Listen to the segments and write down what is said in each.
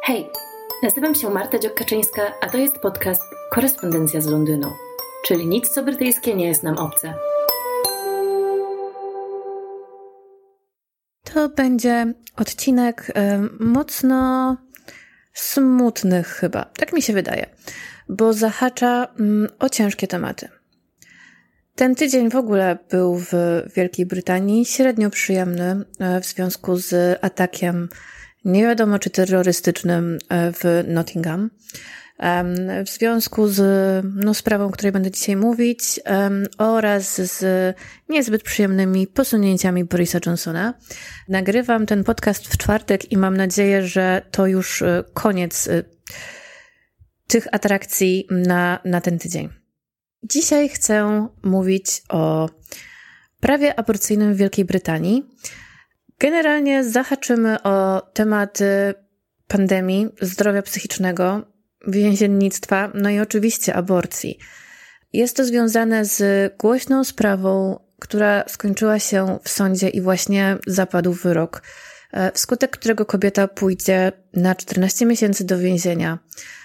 Hej, nazywam się Marta Dziokaczyńska, a to jest podcast Korespondencja z Londynu, czyli nic co brytyjskie nie jest nam obce. To będzie odcinek mocno smutny chyba, tak mi się wydaje, bo zahacza o ciężkie tematy. Ten tydzień w ogóle był w Wielkiej Brytanii średnio przyjemny w związku z atakiem nie wiadomo czy terrorystycznym w Nottingham. W związku z sprawą, o której będę dzisiaj mówić, oraz z niezbyt przyjemnymi posunięciami Borisa Johnsona. Nagrywam ten podcast w czwartek i mam nadzieję, że to już koniec tych atrakcji na ten tydzień. Dzisiaj chcę mówić o prawie aborcyjnym w Wielkiej Brytanii. Generalnie zahaczymy o tematy pandemii, zdrowia psychicznego, więziennictwa, no i oczywiście aborcji. Jest to związane z głośną sprawą, która skończyła się w sądzie i właśnie zapadł wyrok, wskutek którego kobieta pójdzie na 14 miesięcy do więzienia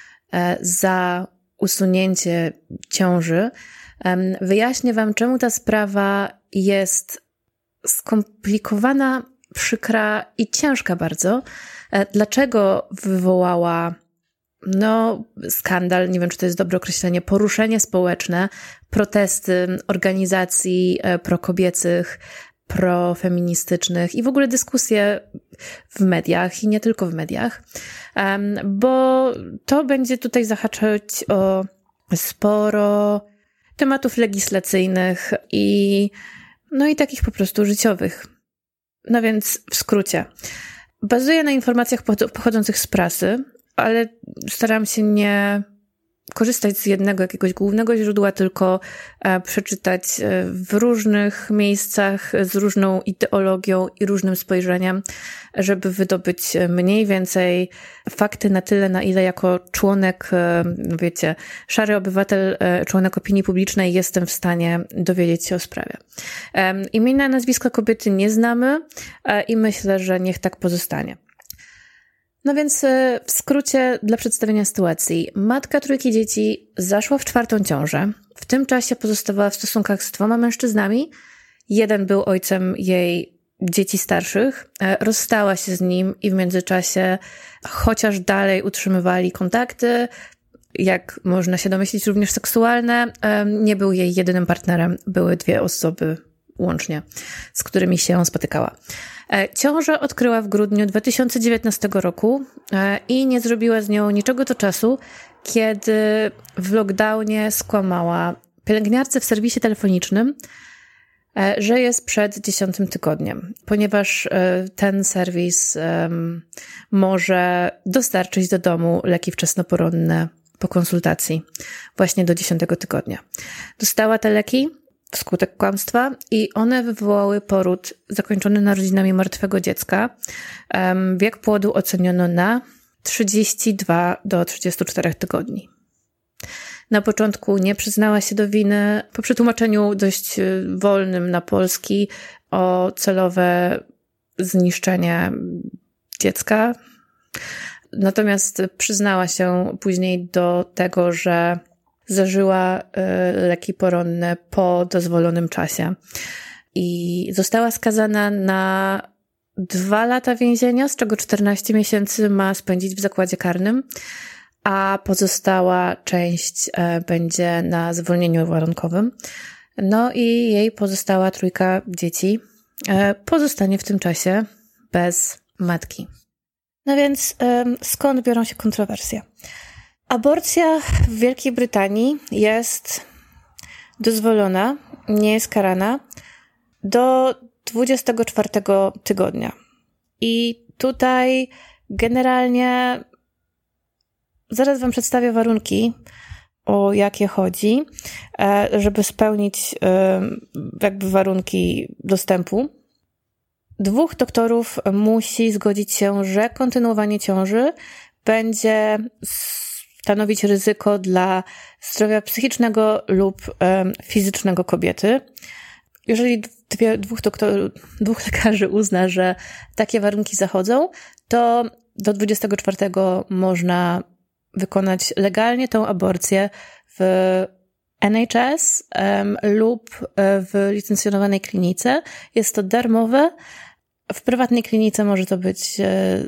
za usunięcie ciąży. Wyjaśnię Wam, czemu ta sprawa jest skomplikowana, przykra i ciężka bardzo. Dlaczego wywołała skandal, nie wiem, czy to jest dobre określenie, poruszenie społeczne, protesty organizacji prokobiecych, profeministycznych i w ogóle dyskusje w mediach i nie tylko w mediach, bo to będzie tutaj zahaczać o sporo tematów legislacyjnych i takich po prostu życiowych. No więc w skrócie. Bazuję na informacjach pochodzących z prasy, ale staram się nie korzystać z jednego jakiegoś głównego źródła, tylko przeczytać w różnych miejscach z różną ideologią i różnym spojrzeniem, żeby wydobyć mniej więcej fakty na tyle, na ile jako członek, szary obywatel, członek opinii publicznej jestem w stanie dowiedzieć się o sprawie. Imienia, nazwiska kobiety nie znamy i myślę, że niech tak pozostanie. No więc w skrócie dla przedstawienia sytuacji. Matka trójki dzieci zaszła w 4. ciążę. W tym czasie pozostawała w stosunkach z 2 mężczyznami. Jeden był ojcem jej dzieci starszych. Rozstała się z nim i w międzyczasie, chociaż dalej utrzymywali kontakty, jak można się domyślić, również seksualne, nie był jej jedynym partnerem. Były 2 osoby łącznie, z którymi się spotykała. Ciążę odkryła w grudniu 2019 roku i nie zrobiła z nią niczego do czasu, kiedy w lockdownie skłamała pielęgniarce w serwisie telefonicznym, że jest przed 10. tygodniem, ponieważ ten serwis może dostarczyć do domu leki wczesnoporonne po konsultacji właśnie do 10. tygodnia. Dostała te leki wskutek kłamstwa i one wywołały poród zakończony narodzinami martwego dziecka. Wiek płodu oceniono na 32 do 34 tygodni. Na początku nie przyznała się do winy, po przetłumaczeniu dość wolnym na polski o celowe zniszczenie dziecka. Natomiast przyznała się później do tego, że zażyła leki poronne po dozwolonym czasie i została skazana na 2 lata więzienia, z czego 14 miesięcy ma spędzić w zakładzie karnym, a pozostała część będzie na zwolnieniu warunkowym. No i jej pozostała 3 dzieci pozostanie w tym czasie bez matki. No więc skąd biorą się kontrowersje? Aborcja w Wielkiej Brytanii jest dozwolona, nie jest karana do 24 tygodnia. I tutaj generalnie zaraz Wam przedstawię warunki, o jakie chodzi, żeby spełnić warunki dostępu. 2 doktorów musi zgodzić się, że kontynuowanie ciąży będzie stanowić ryzyko dla zdrowia psychicznego lub fizycznego kobiety. Jeżeli 2 lekarzy uzna, że takie warunki zachodzą, to do 24 można wykonać legalnie tą aborcję w NHS lub w licencjonowanej klinice. Jest to darmowe. W prywatnej klinice może to być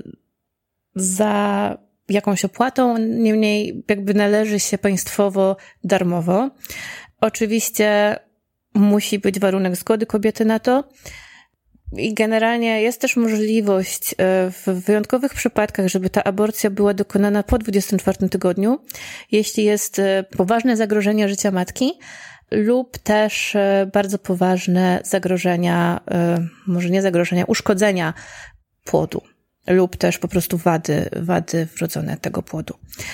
za jakąś opłatą, niemniej jakby należy się państwowo darmowo. Oczywiście musi być warunek zgody kobiety na to. I generalnie jest też możliwość w wyjątkowych przypadkach, żeby ta aborcja była dokonana po 24 tygodniu, jeśli jest poważne zagrożenie życia matki lub też bardzo poważne zagrożenia, może nie zagrożenia, uszkodzenia płodu lub też po prostu wady wrodzone tego płodu.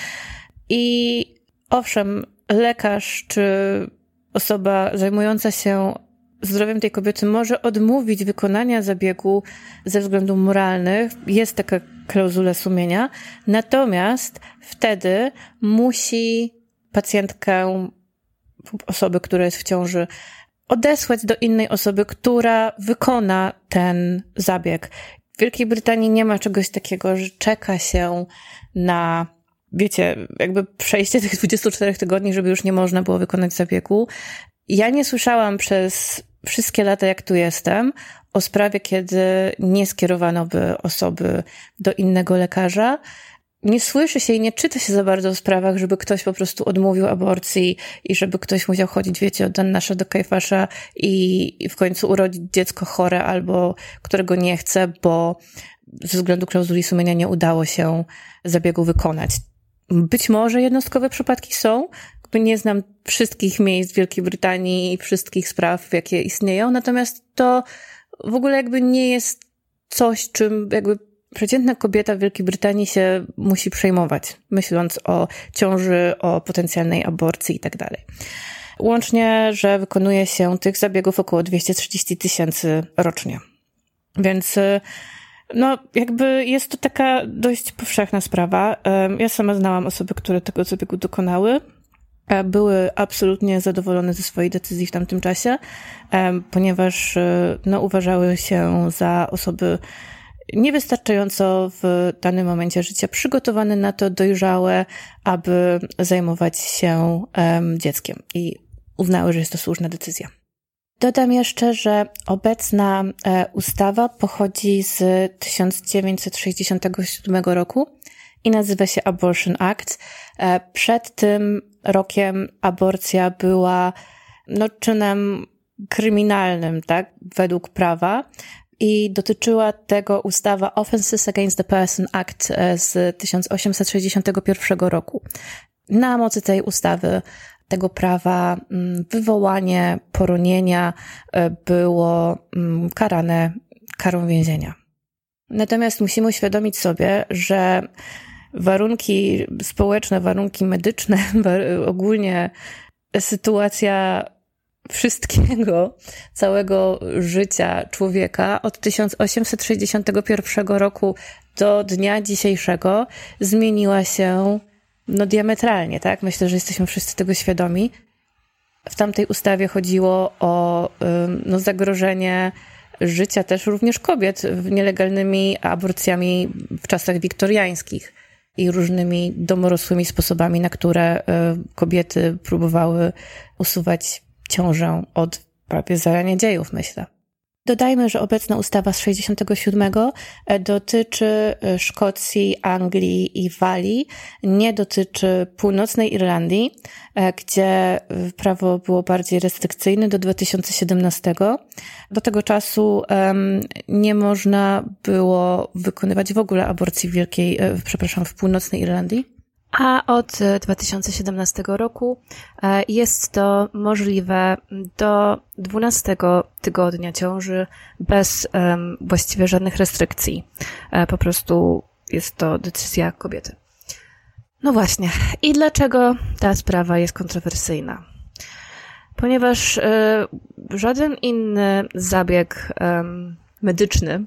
I owszem, lekarz czy osoba zajmująca się zdrowiem tej kobiety może odmówić wykonania zabiegu ze względów moralnych. Jest taka klauzula sumienia. Natomiast wtedy musi pacjentkę, osoby, która jest w ciąży, odesłać do innej osoby, która wykona ten zabieg. W Wielkiej Brytanii nie ma czegoś takiego, że czeka się na, wiecie, jakby przejście tych 24 tygodni, żeby już nie można było wykonać zabiegu. Ja nie słyszałam przez wszystkie lata, jak tu jestem, o sprawie, kiedy nie skierowano by osoby do innego lekarza. Nie słyszy się i nie czyta się za bardzo o sprawach, żeby ktoś po prostu odmówił aborcji i żeby ktoś musiał chodzić, wiecie, od Annasza do Kajfasza i w końcu urodzić dziecko chore albo którego nie chce, bo ze względu klauzuli sumienia nie udało się zabiegu wykonać. Być może jednostkowe przypadki są. Nie znam wszystkich miejsc w Wielkiej Brytanii i wszystkich spraw, jakie istnieją, natomiast to w ogóle jakby nie jest coś, czym jakby przeciętna kobieta w Wielkiej Brytanii się musi przejmować, myśląc o ciąży, o potencjalnej aborcji i tak dalej. Łącznie, że wykonuje się tych zabiegów około 230 000 rocznie. Więc no, jakby jest to taka dość powszechna sprawa. Ja sama znałam osoby, które tego zabiegu dokonały. Były absolutnie zadowolone ze swojej decyzji w tamtym czasie, ponieważ no, uważały się za osoby niewystarczająco w danym momencie życia przygotowane na to, dojrzałe, aby zajmować się dzieckiem i uznały, że jest to słuszna decyzja. Dodam jeszcze, że obecna ustawa pochodzi z 1967 roku i nazywa się Abortion Act. Przed tym rokiem aborcja była czynem kryminalnym, tak, według prawa i dotyczyła tego ustawa Offenses Against the Person Act z 1861 roku. Na mocy tej ustawy, tego prawa, wywołanie poronienia było karane karą więzienia. Natomiast musimy uświadomić sobie, że warunki społeczne, warunki medyczne, ogólnie sytuacja wszystkiego, całego życia człowieka od 1861 roku do dnia dzisiejszego zmieniła się diametralnie, tak? Myślę, że jesteśmy wszyscy tego świadomi. W tamtej ustawie chodziło o zagrożenie życia też również kobiet nielegalnymi aborcjami w czasach wiktoriańskich i różnymi domorosłymi sposobami, na które kobiety próbowały usuwać ciążę od prawie zarania dziejów, myślę. Dodajmy, że obecna ustawa z 67 dotyczy Szkocji, Anglii i Walii, nie dotyczy północnej Irlandii, gdzie prawo było bardziej restrykcyjne do 2017. Do tego czasu nie można było wykonywać w ogóle aborcji w północnej Irlandii. A od 2017 roku jest to możliwe do 12 tygodnia ciąży bez właściwie żadnych restrykcji. Po prostu jest to decyzja kobiety. No właśnie. I dlaczego ta sprawa jest kontrowersyjna? Ponieważ żaden inny zabieg medyczny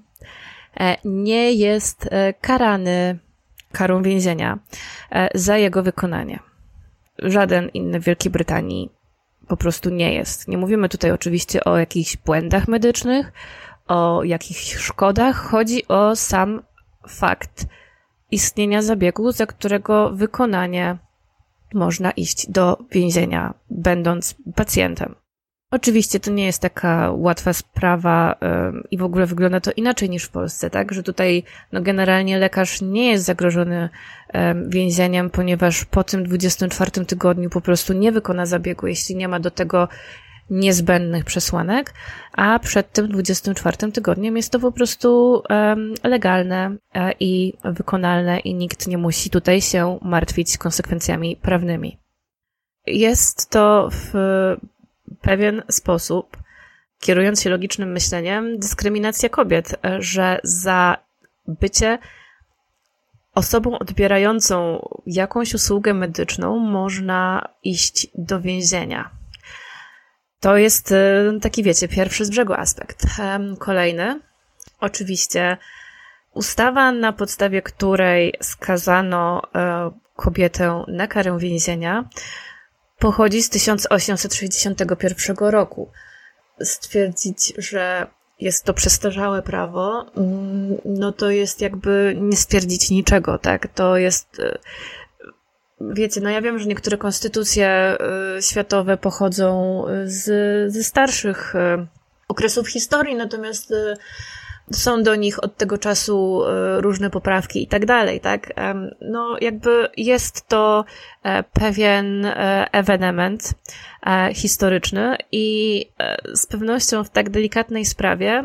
nie jest karany karą więzienia za jego wykonanie. Żaden inny w Wielkiej Brytanii po prostu nie jest. Nie mówimy tutaj oczywiście o jakichś błędach medycznych, o jakichś szkodach. Chodzi o sam fakt istnienia zabiegu, za którego wykonanie można iść do więzienia, będąc pacjentem. Oczywiście to nie jest taka łatwa sprawa i w ogóle wygląda to inaczej niż w Polsce, tak? Że tutaj generalnie lekarz nie jest zagrożony więzieniem, ponieważ po tym 24 tygodniu po prostu nie wykona zabiegu, jeśli nie ma do tego niezbędnych przesłanek, a przed tym 24 tygodniem jest to po prostu legalne i wykonalne i nikt nie musi tutaj się martwić konsekwencjami prawnymi. Jest to w pewien sposób, kierując się logicznym myśleniem, dyskryminacja kobiet, że za bycie osobą odbierającą jakąś usługę medyczną można iść do więzienia. To jest taki, wiecie, pierwszy z brzegu aspekt. Kolejny, oczywiście, ustawa, na podstawie której skazano kobietę na karę więzienia, pochodzi z 1861 roku. Stwierdzić, że jest to przestarzałe prawo, no to jest jakby nie stwierdzić niczego, tak? To jest, wiecie, no ja wiem, że niektóre konstytucje światowe pochodzą ze starszych okresów historii, natomiast są do nich od tego czasu różne poprawki i tak dalej, tak? No jakby jest to pewien ewenement historyczny i z pewnością w tak delikatnej sprawie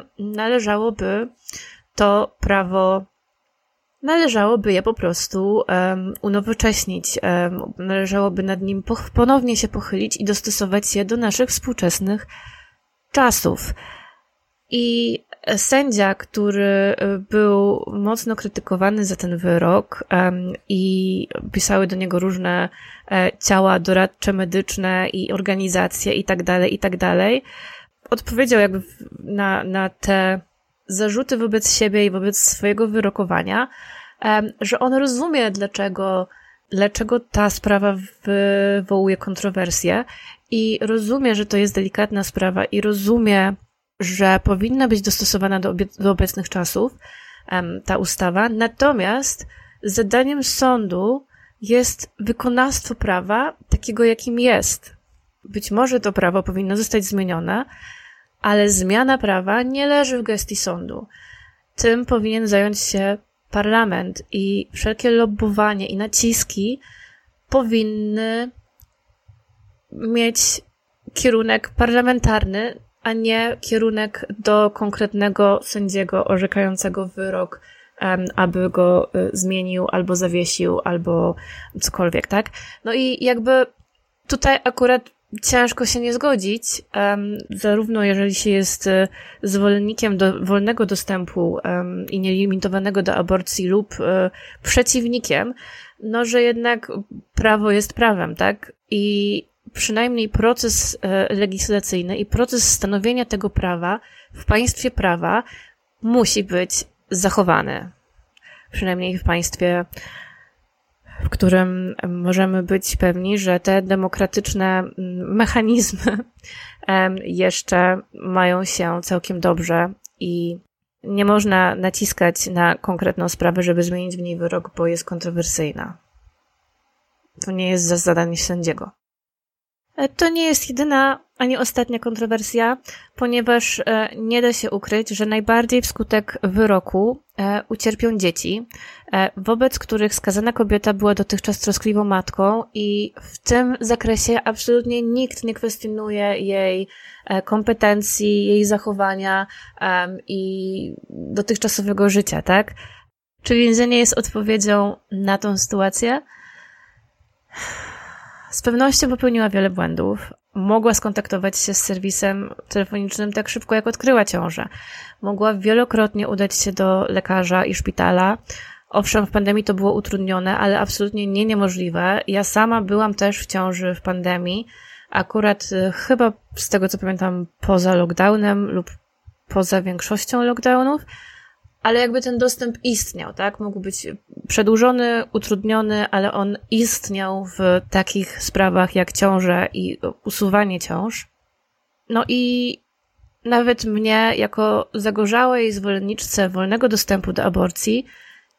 należałoby je po prostu unowocześnić, należałoby nad nim ponownie się pochylić i dostosować je do naszych współczesnych czasów. I sędzia, który był mocno krytykowany za ten wyrok i pisały do niego różne ciała doradcze, medyczne i organizacje i tak dalej, odpowiedział jakby na te zarzuty wobec siebie i wobec swojego wyrokowania, że on rozumie, dlaczego ta sprawa wywołuje kontrowersje i rozumie, że to jest delikatna sprawa i rozumie, że powinna być dostosowana do obecnych czasów ta ustawa, natomiast zadaniem sądu jest wykonawstwo prawa takiego, jakim jest. Być może to prawo powinno zostać zmienione, ale zmiana prawa nie leży w gestii sądu. Tym powinien zająć się parlament i wszelkie lobbowanie i naciski powinny mieć kierunek parlamentarny, a nie kierunek do konkretnego sędziego orzekającego wyrok, aby go zmienił, albo zawiesił, albo cokolwiek, tak? No i jakby tutaj akurat ciężko się nie zgodzić, zarówno jeżeli się jest zwolennikiem wolnego dostępu i nielimitowanego do aborcji lub przeciwnikiem, no że jednak prawo jest prawem, tak? I przynajmniej proces legislacyjny i proces stanowienia tego prawa w państwie prawa musi być zachowany. Przynajmniej w państwie, w którym możemy być pewni, że te demokratyczne mechanizmy jeszcze mają się całkiem dobrze i nie można naciskać na konkretną sprawę, żeby zmienić w niej wyrok, bo jest kontrowersyjna. To nie jest zadanie sędziego. To nie jest jedyna ani ostatnia kontrowersja, ponieważ nie da się ukryć, że najbardziej wskutek wyroku ucierpią dzieci, wobec których skazana kobieta była dotychczas troskliwą matką i w tym zakresie absolutnie nikt nie kwestionuje jej kompetencji, jej zachowania i dotychczasowego życia, tak? Czy więzienie jest odpowiedzią na tą sytuację? Z pewnością popełniła wiele błędów. Mogła skontaktować się z serwisem telefonicznym tak szybko, jak odkryła ciążę. Mogła wielokrotnie udać się do lekarza i szpitala. Owszem, w pandemii to było utrudnione, ale absolutnie niemożliwe. Ja sama byłam też w ciąży w pandemii. Akurat chyba z tego, co pamiętam, poza lockdownem lub poza większością lockdownów. Ale jakby ten dostęp istniał, tak? Mógł być przedłużony, utrudniony, ale on istniał w takich sprawach jak ciąże i usuwanie ciąż. No i nawet mnie, jako zagorzałej zwolenniczce wolnego dostępu do aborcji,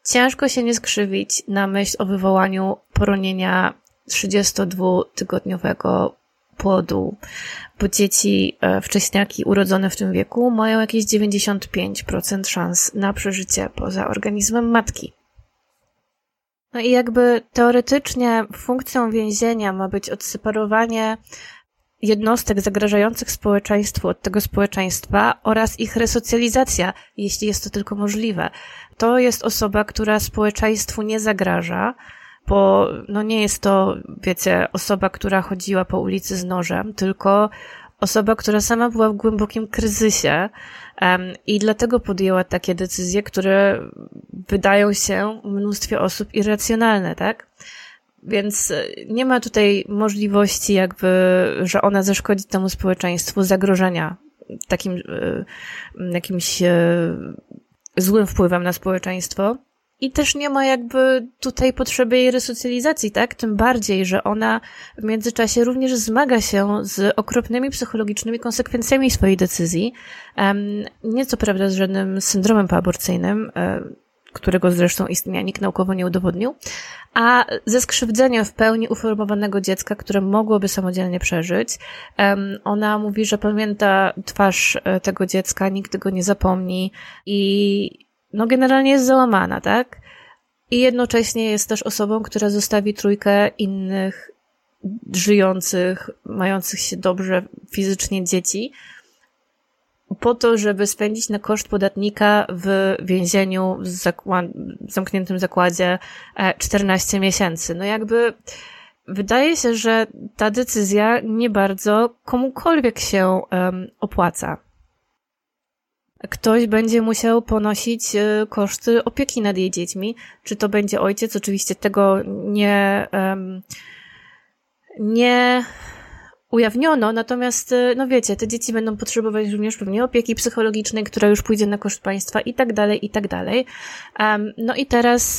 ciężko się nie skrzywić na myśl o wywołaniu poronienia 32-tygodniowego płodu, bo dzieci, wcześniaki urodzone w tym wieku mają jakieś 95% szans na przeżycie poza organizmem matki. No i jakby teoretycznie funkcją więzienia ma być odseparowanie jednostek zagrażających społeczeństwu od tego społeczeństwa oraz ich resocjalizacja, jeśli jest to tylko możliwe. To jest osoba, która społeczeństwu nie zagraża, bo nie jest to, wiecie, osoba, która chodziła po ulicy z nożem, tylko osoba, która sama była w głębokim kryzysie i dlatego podjęła takie decyzje, które wydają się mnóstwie osób irracjonalne, tak? Więc nie ma tutaj możliwości jakby, że ona zaszkodzi temu społeczeństwu, zagrożenia takim jakimś złym wpływem na społeczeństwo. I też nie ma jakby tutaj potrzeby jej resocjalizacji, tak? Tym bardziej, że ona w międzyczasie również zmaga się z okropnymi psychologicznymi konsekwencjami swojej decyzji. Nie co prawda z żadnym syndromem poaborcyjnym, którego zresztą istnienia nikt naukowo nie udowodnił, a ze skrzywdzeniem w pełni uformowanego dziecka, które mogłoby samodzielnie przeżyć. Ona mówi, że pamięta twarz tego dziecka, nigdy go nie zapomni i generalnie jest załamana, tak? I jednocześnie jest też osobą, która zostawi trójkę innych żyjących, mających się dobrze fizycznie dzieci, po to, żeby spędzić na koszt podatnika w więzieniu w zamkniętym zakładzie 14 miesięcy. Jakby wydaje się, że ta decyzja nie bardzo komukolwiek się opłaca. Ktoś będzie musiał ponosić koszty opieki nad jej dziećmi. Czy to będzie ojciec? Oczywiście tego nie ujawniono, natomiast, wiecie, te dzieci będą potrzebować również pewnie opieki psychologicznej, która już pójdzie na koszt państwa i tak dalej, i tak dalej. I teraz,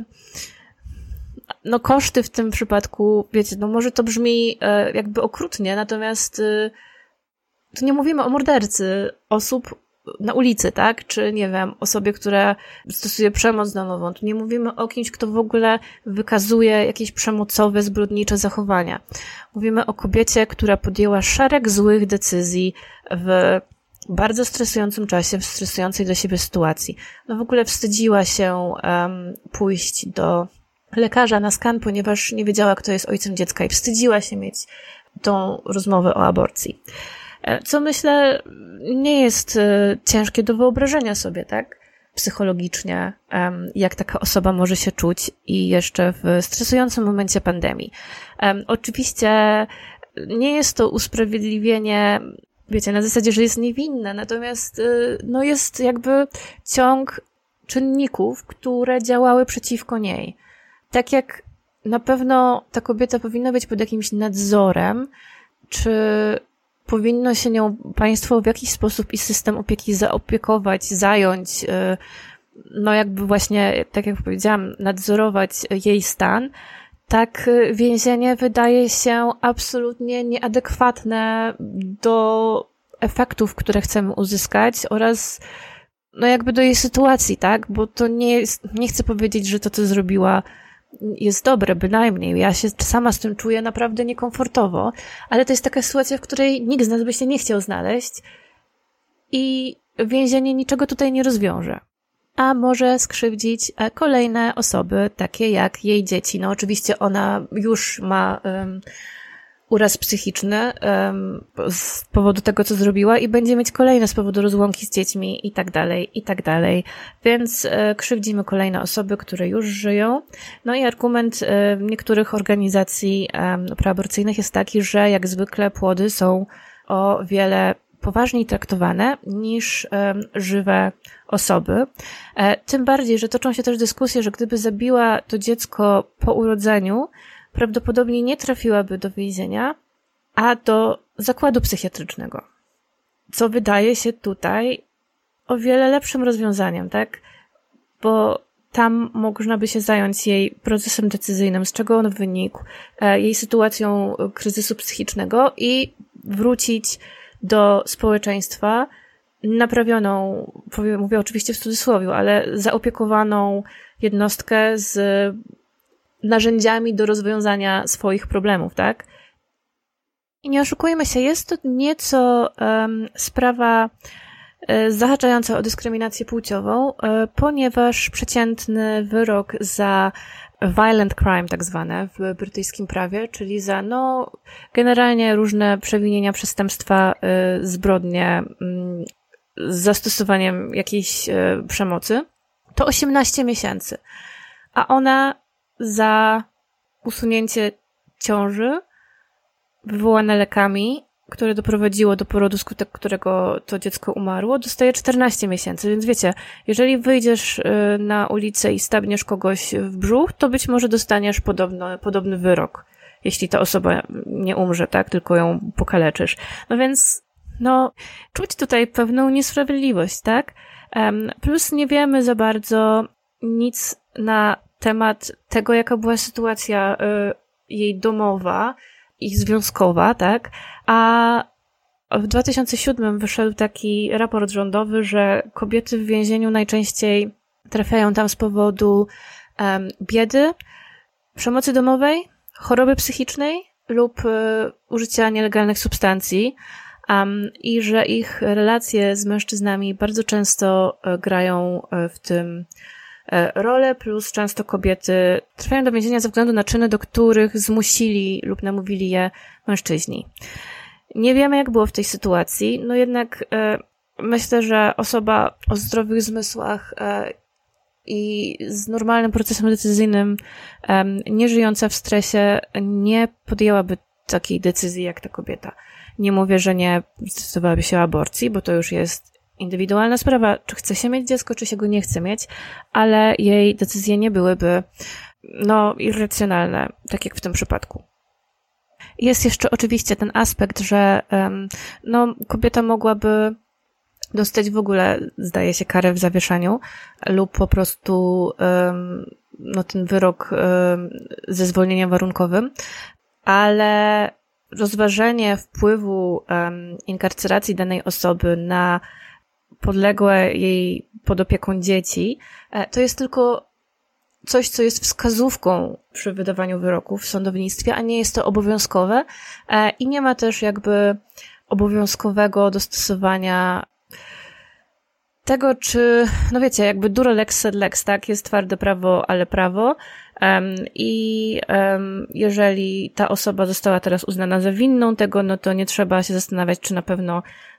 koszty w tym przypadku, wiecie, może to brzmi jakby okrutnie, natomiast tu nie mówimy o mordercy osób na ulicy, tak? Czy, nie wiem, osobie, która stosuje przemoc domową. Tu nie mówimy o kimś, kto w ogóle wykazuje jakieś przemocowe, zbrodnicze zachowania. Mówimy o kobiecie, która podjęła szereg złych decyzji w bardzo stresującym czasie, w stresującej dla siebie sytuacji. W ogóle wstydziła się pójść do lekarza na skan, ponieważ nie wiedziała, kto jest ojcem dziecka i wstydziła się mieć tą rozmowę o aborcji. Co myślę nie jest ciężkie do wyobrażenia sobie, tak? Psychologicznie, jak taka osoba może się czuć i jeszcze w stresującym momencie pandemii. Oczywiście nie jest to usprawiedliwienie, wiecie, na zasadzie, że jest niewinna, natomiast jest jakby ciąg czynników, które działały przeciwko niej. Tak jak na pewno ta kobieta powinna być pod jakimś nadzorem, czy powinno się nią państwo w jakiś sposób i system opieki zaopiekować, zająć, jakby właśnie, tak jak powiedziałam, nadzorować jej stan, tak więzienie wydaje się absolutnie nieadekwatne do efektów, które chcemy uzyskać oraz jakby do jej sytuacji, tak? Bo to nie chcę powiedzieć, że to, co zrobiła, jest dobre, bynajmniej. Ja się sama z tym czuję naprawdę niekomfortowo, ale to jest taka sytuacja, w której nikt z nas by się nie chciał znaleźć i więzienie niczego tutaj nie rozwiąże. A może skrzywdzić kolejne osoby, takie jak jej dzieci. Oczywiście ona już ma uraz psychiczny z powodu tego, co zrobiła i będzie mieć kolejne z powodu rozłąki z dziećmi i tak dalej. Więc krzywdzimy kolejne osoby, które już żyją. I argument niektórych organizacji proaborcyjnych jest taki, że jak zwykle płody są o wiele poważniej traktowane niż żywe osoby. Tym bardziej, że toczą się też dyskusje, że gdyby zabiła to dziecko po urodzeniu, prawdopodobnie nie trafiłaby do więzienia, a do zakładu psychiatrycznego. Co wydaje się tutaj o wiele lepszym rozwiązaniem, tak? Bo tam można by się zająć jej procesem decyzyjnym, z czego on wynikł, jej sytuacją kryzysu psychicznego i wrócić do społeczeństwa naprawioną, mówię oczywiście w cudzysłowie, ale zaopiekowaną jednostkę z narzędziami do rozwiązania swoich problemów, tak? I nie oszukujmy się, jest to nieco sprawa zahaczająca o dyskryminację płciową, ponieważ przeciętny wyrok za violent crime tak zwane w brytyjskim prawie, czyli za generalnie różne przewinienia, przestępstwa, zbrodnie z zastosowaniem jakiejś przemocy, to 18 miesięcy. A ona za usunięcie ciąży wywołane lekami, które doprowadziło do porodu, skutek którego to dziecko umarło, dostaje 14 miesięcy. Więc wiecie, jeżeli wyjdziesz na ulicę i stabniesz kogoś w brzuch, to być może dostaniesz podobny wyrok, jeśli ta osoba nie umrze, tak? Tylko ją pokaleczysz. No więc, czuć tutaj pewną niesprawiedliwość, tak? Plus nie wiemy za bardzo nic na temat tego, jaka była sytuacja jej domowa i związkowa, tak? A w 2007 wyszedł taki raport rządowy, że kobiety w więzieniu najczęściej trafiają tam z powodu biedy, przemocy domowej, choroby psychicznej lub użycia nielegalnych substancji, i że ich relacje z mężczyznami bardzo często grają w tym rolę, plus często kobiety trafiają do więzienia ze względu na czyny, do których zmusili lub namówili je mężczyźni. Nie wiemy, jak było w tej sytuacji, jednak myślę, że osoba o zdrowych zmysłach i z normalnym procesem decyzyjnym, nie żyjąca w stresie, nie podjęłaby takiej decyzji jak ta kobieta. Nie mówię, że nie zdecydowałaby się o aborcji, bo to już jest indywidualna sprawa, czy chce się mieć dziecko, czy się go nie chce mieć, ale jej decyzje nie byłyby, irracjonalne, tak jak w tym przypadku. Jest jeszcze oczywiście ten aspekt, że kobieta mogłaby dostać w ogóle, zdaje się, karę w zawieszaniu lub po prostu ten wyrok ze zwolnieniem warunkowym, ale rozważenie wpływu inkarceracji danej osoby na podległe jej pod opieką dzieci, to jest tylko coś, co jest wskazówką przy wydawaniu wyroków w sądownictwie, a nie jest to obowiązkowe i nie ma też jakby obowiązkowego dostosowania tego, czy, wiecie, jakby dura lex sed lex, tak, jest twarde prawo, ale prawo, i jeżeli ta osoba została teraz uznana za winną tego, to nie trzeba się zastanawiać, czy na pewno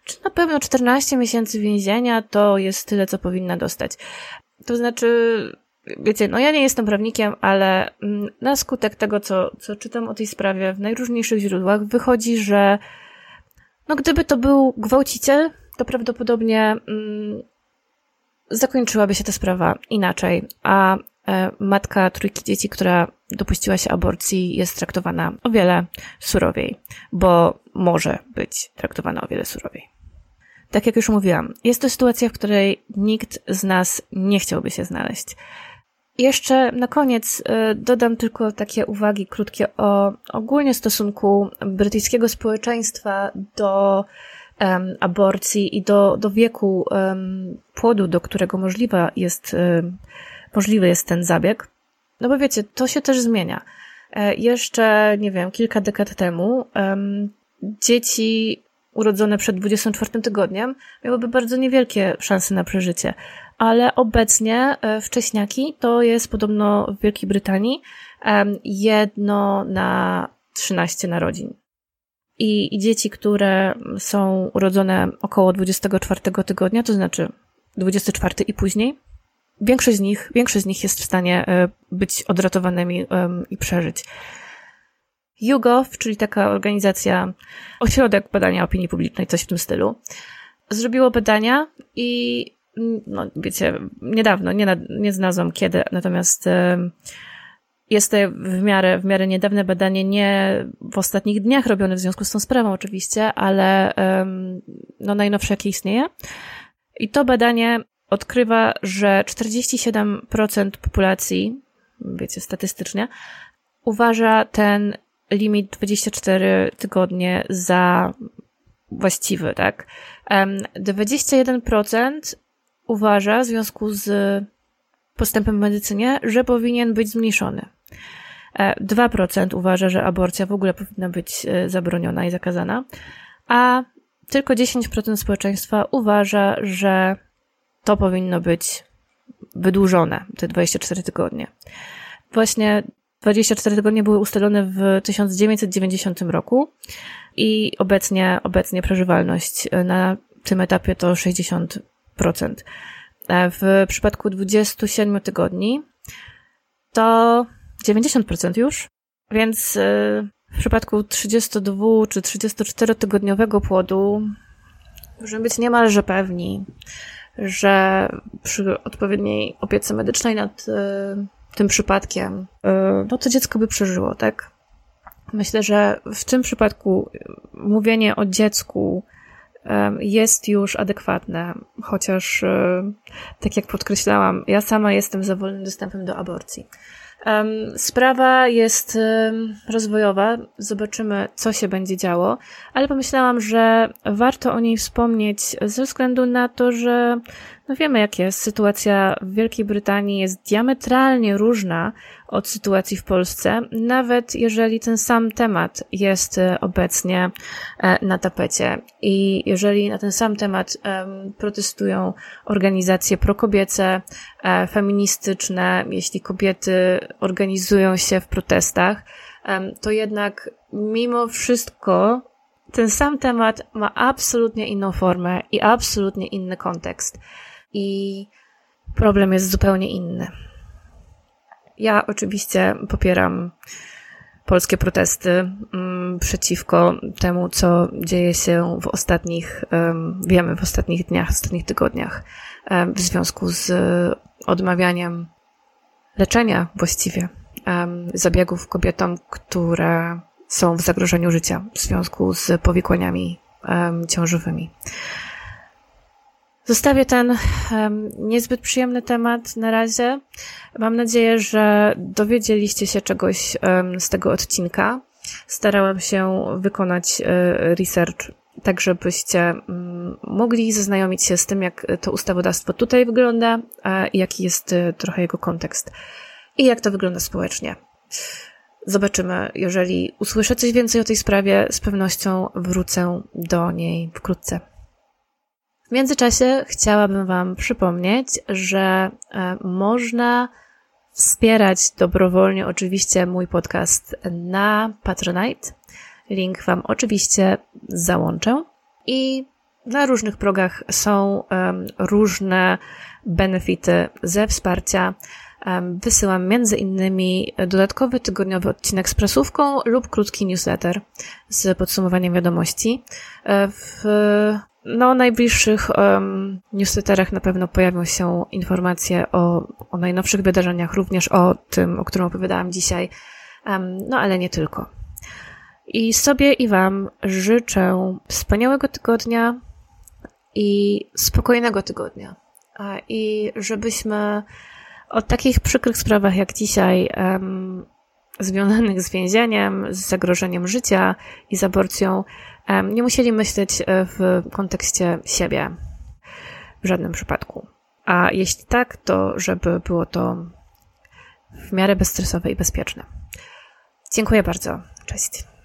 14 miesięcy więzienia to jest tyle, co powinna dostać. To znaczy, wiecie, ja nie jestem prawnikiem, ale na skutek tego, co czytam o tej sprawie w najróżniejszych źródłach, wychodzi, że gdyby to był gwałciciel, to prawdopodobnie zakończyłaby się ta sprawa inaczej, a matka trójki dzieci, która dopuściła się aborcji, jest traktowana o wiele surowiej, bo może być traktowana o wiele surowiej. Tak jak już mówiłam, jest to sytuacja, w której nikt z nas nie chciałby się znaleźć. Jeszcze na koniec dodam tylko takie uwagi krótkie o ogólnie stosunku brytyjskiego społeczeństwa do aborcji i do wieku płodu, do którego możliwy jest ten zabieg. Bo wiecie, to się też zmienia. Jeszcze, kilka dekad temu dzieci urodzone przed 24 tygodniem miałyby bardzo niewielkie szanse na przeżycie. Ale obecnie wcześniaki to jest podobno w Wielkiej Brytanii 1 na 13 narodzin. I dzieci, które są urodzone około 24 tygodnia, to znaczy 24 i później, większość z nich jest w stanie być odratowanymi i przeżyć. YouGov, czyli taka organizacja, ośrodek badania opinii publicznej, coś w tym stylu, zrobiło badania i wiecie, niedawno, nie znalazłam kiedy, natomiast jest to w miarę niedawne badanie, nie w ostatnich dniach robione w związku z tą sprawą oczywiście, ale najnowsze jakie istnieje. I to badanie odkrywa, że 47% populacji, wiecie, statystycznie, uważa ten limit 24 tygodnie za właściwy, tak? 21% uważa w związku z postępem w medycynie, że powinien być zmniejszony. 2% uważa, że aborcja w ogóle powinna być zabroniona i zakazana, a tylko 10% społeczeństwa uważa, że to powinno być wydłużone, te 24 tygodnie. Właśnie 24 tygodnie były ustalone w 1990 roku i obecnie przeżywalność na tym etapie to 60%. W przypadku 27 tygodni to 90% już, więc w przypadku 32 czy 34-tygodniowego płodu możemy być niemalże pewni, że przy odpowiedniej opiece medycznej nad tym przypadkiem, no to dziecko by przeżyło, tak? Myślę, że w tym przypadku mówienie o dziecku jest już adekwatne, chociaż, tak jak podkreślałam, ja sama jestem za wolnym dostępem do aborcji. Sprawa jest rozwojowa, zobaczymy, co się będzie działo, ale pomyślałam, że warto o niej wspomnieć ze względu na to, że no wiemy, jak jest. Sytuacja w Wielkiej Brytanii jest diametralnie różna od sytuacji w Polsce, nawet jeżeli ten sam temat jest obecnie na tapecie i jeżeli na ten sam temat protestują organizacje prokobiece, feministyczne, jeśli kobiety organizują się w protestach, to jednak mimo wszystko ten sam temat ma absolutnie inną formę i absolutnie inny kontekst. I problem jest zupełnie inny. Ja oczywiście popieram polskie protesty przeciwko temu, co dzieje się w ostatnich dniach, w ostatnich tygodniach w związku z odmawianiem leczenia właściwie zabiegów kobietom, które są w zagrożeniu życia w związku z powikłaniami ciążowymi. Zostawię ten niezbyt przyjemny temat na razie. Mam nadzieję, że dowiedzieliście się czegoś z tego odcinka. Starałam się wykonać research, tak żebyście mogli zaznajomić się z tym, jak to ustawodawstwo tutaj wygląda, i jaki jest trochę jego kontekst i jak to wygląda społecznie. Zobaczymy. Jeżeli usłyszę coś więcej o tej sprawie, z pewnością wrócę do niej wkrótce. W międzyczasie chciałabym Wam przypomnieć, że można wspierać dobrowolnie oczywiście mój podcast na Patronite. Link Wam oczywiście załączę. I na różnych progach są różne benefity ze wsparcia. Wysyłam między innymi dodatkowy tygodniowy odcinek z prasówką lub krótki newsletter z podsumowaniem wiadomości. W najbliższych newsletterach na pewno pojawią się informacje o najnowszych wydarzeniach, również o tym, o którym opowiadałam dzisiaj, ale nie tylko. I sobie i Wam życzę wspaniałego tygodnia i spokojnego tygodnia. I żebyśmy o takich przykrych sprawach jak dzisiaj, związanych z więzieniem, z zagrożeniem życia i z aborcją, nie musieli myśleć w kontekście siebie w żadnym przypadku. A jeśli tak, to żeby było to w miarę bezstresowe i bezpieczne. Dziękuję bardzo. Cześć.